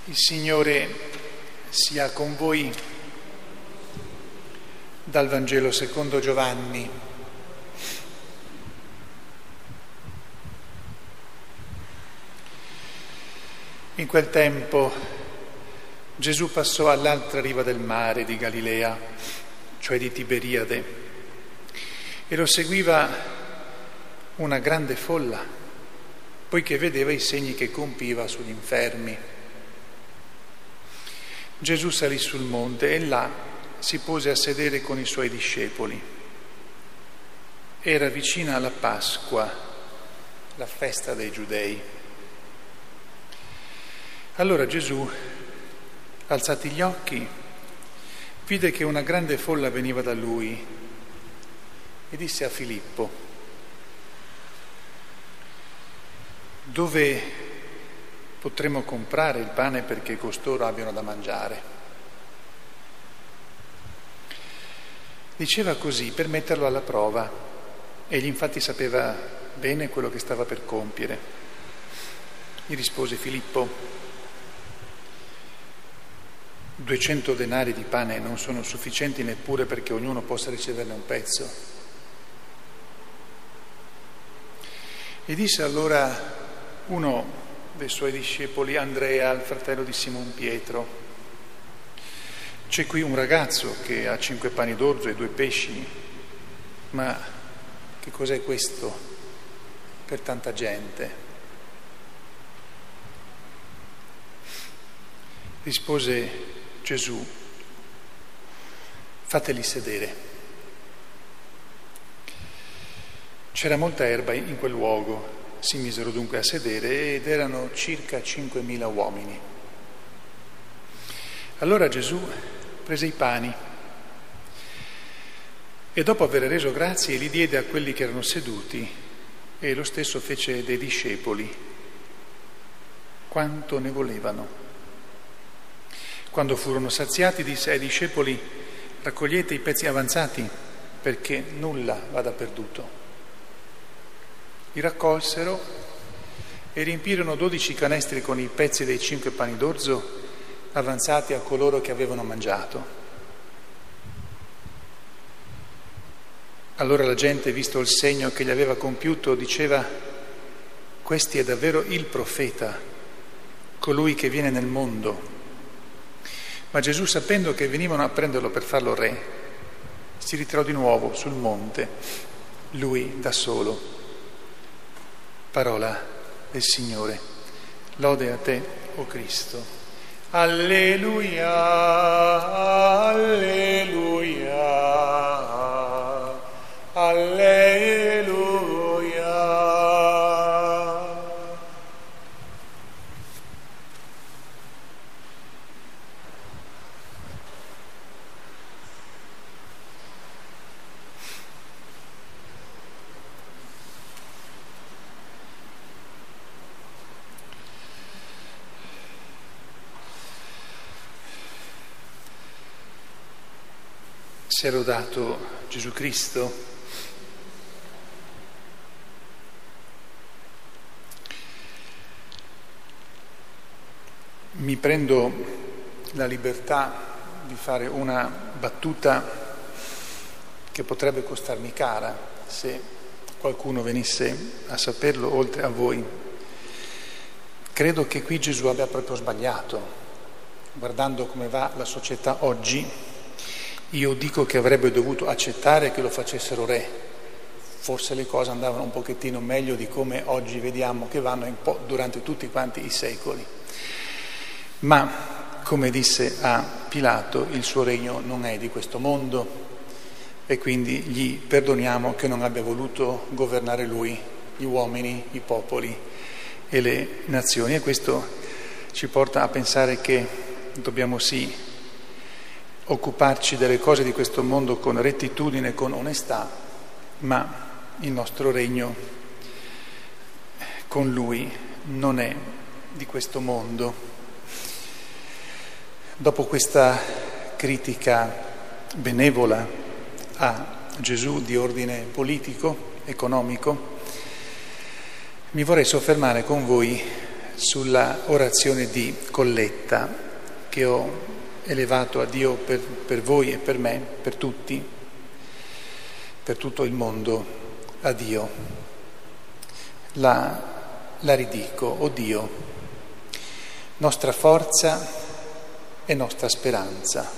Il Signore sia con voi. Dal Vangelo secondo Giovanni. In quel tempo Gesù passò all'altra riva del mare di Galilea, cioè di Tiberiade, e lo seguiva una grande folla, poiché vedeva i segni che compiva sugli infermi. Gesù salì sul monte e là si pose a sedere con i suoi discepoli. Era vicina la Pasqua, la festa dei Giudei. Allora Gesù, alzati gli occhi, vide che una grande folla veniva da lui e disse a Filippo: dove potremmo comprare il pane perché costoro abbiano da mangiare? Diceva così per metterlo alla prova. Egli infatti sapeva bene quello che stava per compiere. Gli rispose Filippo: 200 denari di pane non sono sufficienti neppure perché ognuno possa riceverne un pezzo. E disse allora uno dei suoi discepoli, Andrea, il fratello di Simon Pietro: c'è qui un ragazzo che ha 5 pani d'orzo e 2 pesci, ma che cos'è questo per tanta gente? Rispose Gesù: fateli sedere. C'era molta erba in quel luogo. Si misero dunque a sedere ed erano circa 5.000 uomini. Allora Gesù prese i pani e dopo aver reso grazie li diede a quelli che erano seduti e lo stesso fece dei discepoli quanto ne volevano. Quando furono saziati disse ai discepoli: raccogliete i pezzi avanzati perché nulla vada perduto. Li raccolsero e riempirono 12 canestri con i pezzi dei 5 pani d'orzo avanzati a coloro che avevano mangiato. Allora la gente, visto il segno che gli aveva compiuto, diceva: questi è davvero il profeta, colui che viene nel mondo. Ma Gesù, sapendo che venivano a prenderlo per farlo re, si ritirò di nuovo sul monte, lui da solo. Parola del Signore. Lode a te, o Cristo. Alleluia, alleluia, alleluia. Sia lodato Gesù Cristo. Mi prendo la libertà di fare una battuta che potrebbe costarmi cara se qualcuno venisse a saperlo oltre a voi. Credo che qui Gesù abbia proprio sbagliato. Guardando come va la società oggi, io dico che avrebbe dovuto accettare che lo facessero re. Forse le cose andavano un pochettino meglio di come oggi vediamo che vanno un po' durante tutti quanti i secoli. Ma, come disse a Pilato, il suo regno non è di questo mondo e quindi gli perdoniamo che non abbia voluto governare lui, gli uomini, i popoli e le nazioni. E questo ci porta a pensare che dobbiamo sì occuparci delle cose di questo mondo con rettitudine, con onestà, ma il nostro regno con Lui non è di questo mondo. Dopo questa critica benevola a Gesù di ordine politico, economico, mi vorrei soffermare con voi sulla orazione di colletta che ho elevato a Dio per voi e per me, per tutti, per tutto il mondo, a Dio. La ridico: o Dio, nostra forza e nostra speranza.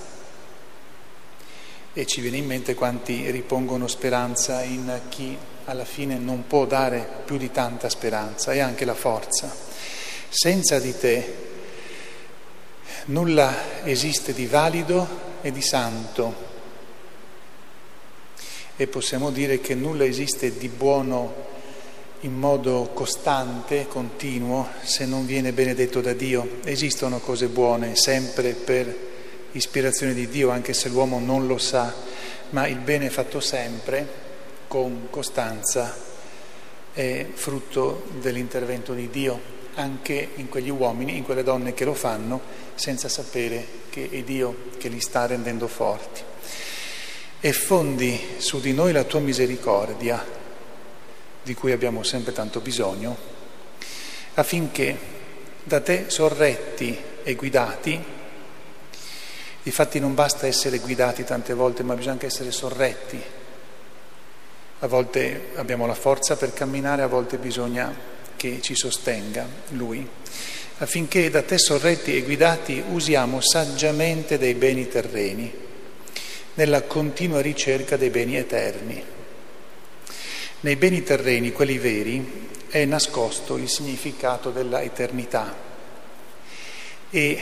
E ci viene in mente quanti ripongono speranza in chi alla fine non può dare più di tanta speranza e anche la forza. Senza di te nulla esiste di valido e di santo, e possiamo dire che nulla esiste di buono in modo costante, continuo, se non viene benedetto da Dio. Esistono cose buone sempre per ispirazione di Dio, anche se l'uomo non lo sa, ma il bene fatto sempre, con costanza, è frutto dell'intervento di Dio, anche in quegli uomini, in quelle donne che lo fanno, senza sapere che è Dio che li sta rendendo forti. E fondi su di noi la tua misericordia, di cui abbiamo sempre tanto bisogno, affinché da te sorretti e guidati. Difatti non basta essere guidati tante volte, ma bisogna anche essere sorretti. A volte abbiamo la forza per camminare, a volte bisogna che ci sostenga Lui, affinché da te sorretti e guidati usiamo saggiamente dei beni terreni, nella continua ricerca dei beni eterni. Nei beni terreni, quelli veri, è nascosto il significato della eternità e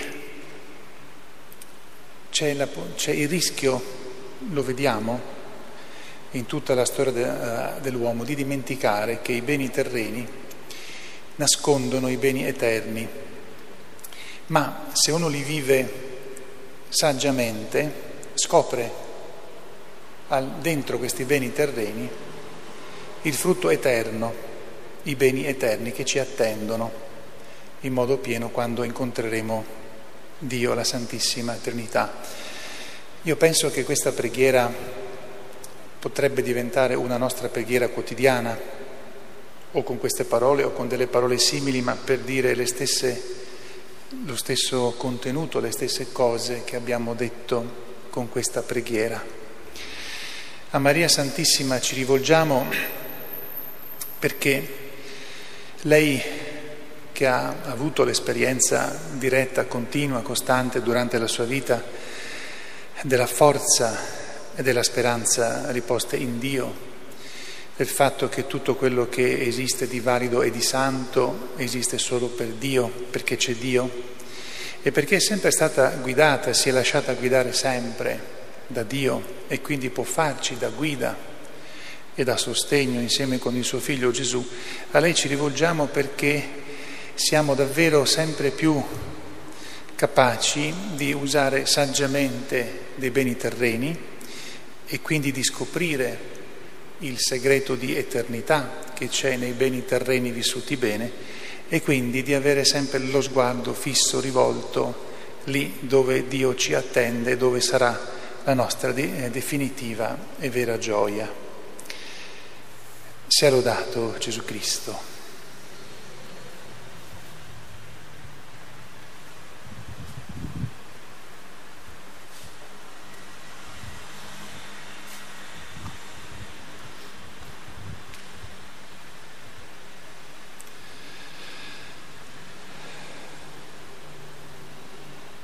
c'è il rischio, lo vediamo in tutta la storia dell'uomo, di dimenticare che i beni terreni nascondono i beni eterni, ma se uno li vive saggiamente scopre dentro questi beni terreni il frutto eterno, i beni eterni che ci attendono in modo pieno quando incontreremo Dio, la Santissima Trinità. Io penso che questa preghiera potrebbe diventare una nostra preghiera quotidiana, o con queste parole o con delle parole simili, ma per dire lo stesso contenuto, le stesse cose che abbiamo detto con questa preghiera. A Maria Santissima ci rivolgiamo perché lei, che ha avuto l'esperienza diretta, continua, costante durante la sua vita della forza e della speranza riposte in Dio, del fatto che tutto quello che esiste di valido e di santo esiste solo per Dio, perché c'è Dio, e perché è sempre stata guidata, si è lasciata guidare sempre da Dio e quindi può farci da guida e da sostegno insieme con il suo Figlio Gesù. A lei ci rivolgiamo perché siamo davvero sempre più capaci di usare saggiamente dei beni terreni e quindi di scoprire il segreto di eternità che c'è nei beni terreni vissuti bene, e quindi di avere sempre lo sguardo fisso, rivolto lì dove Dio ci attende, dove sarà la nostra definitiva e vera gioia. Sia lodato Gesù Cristo.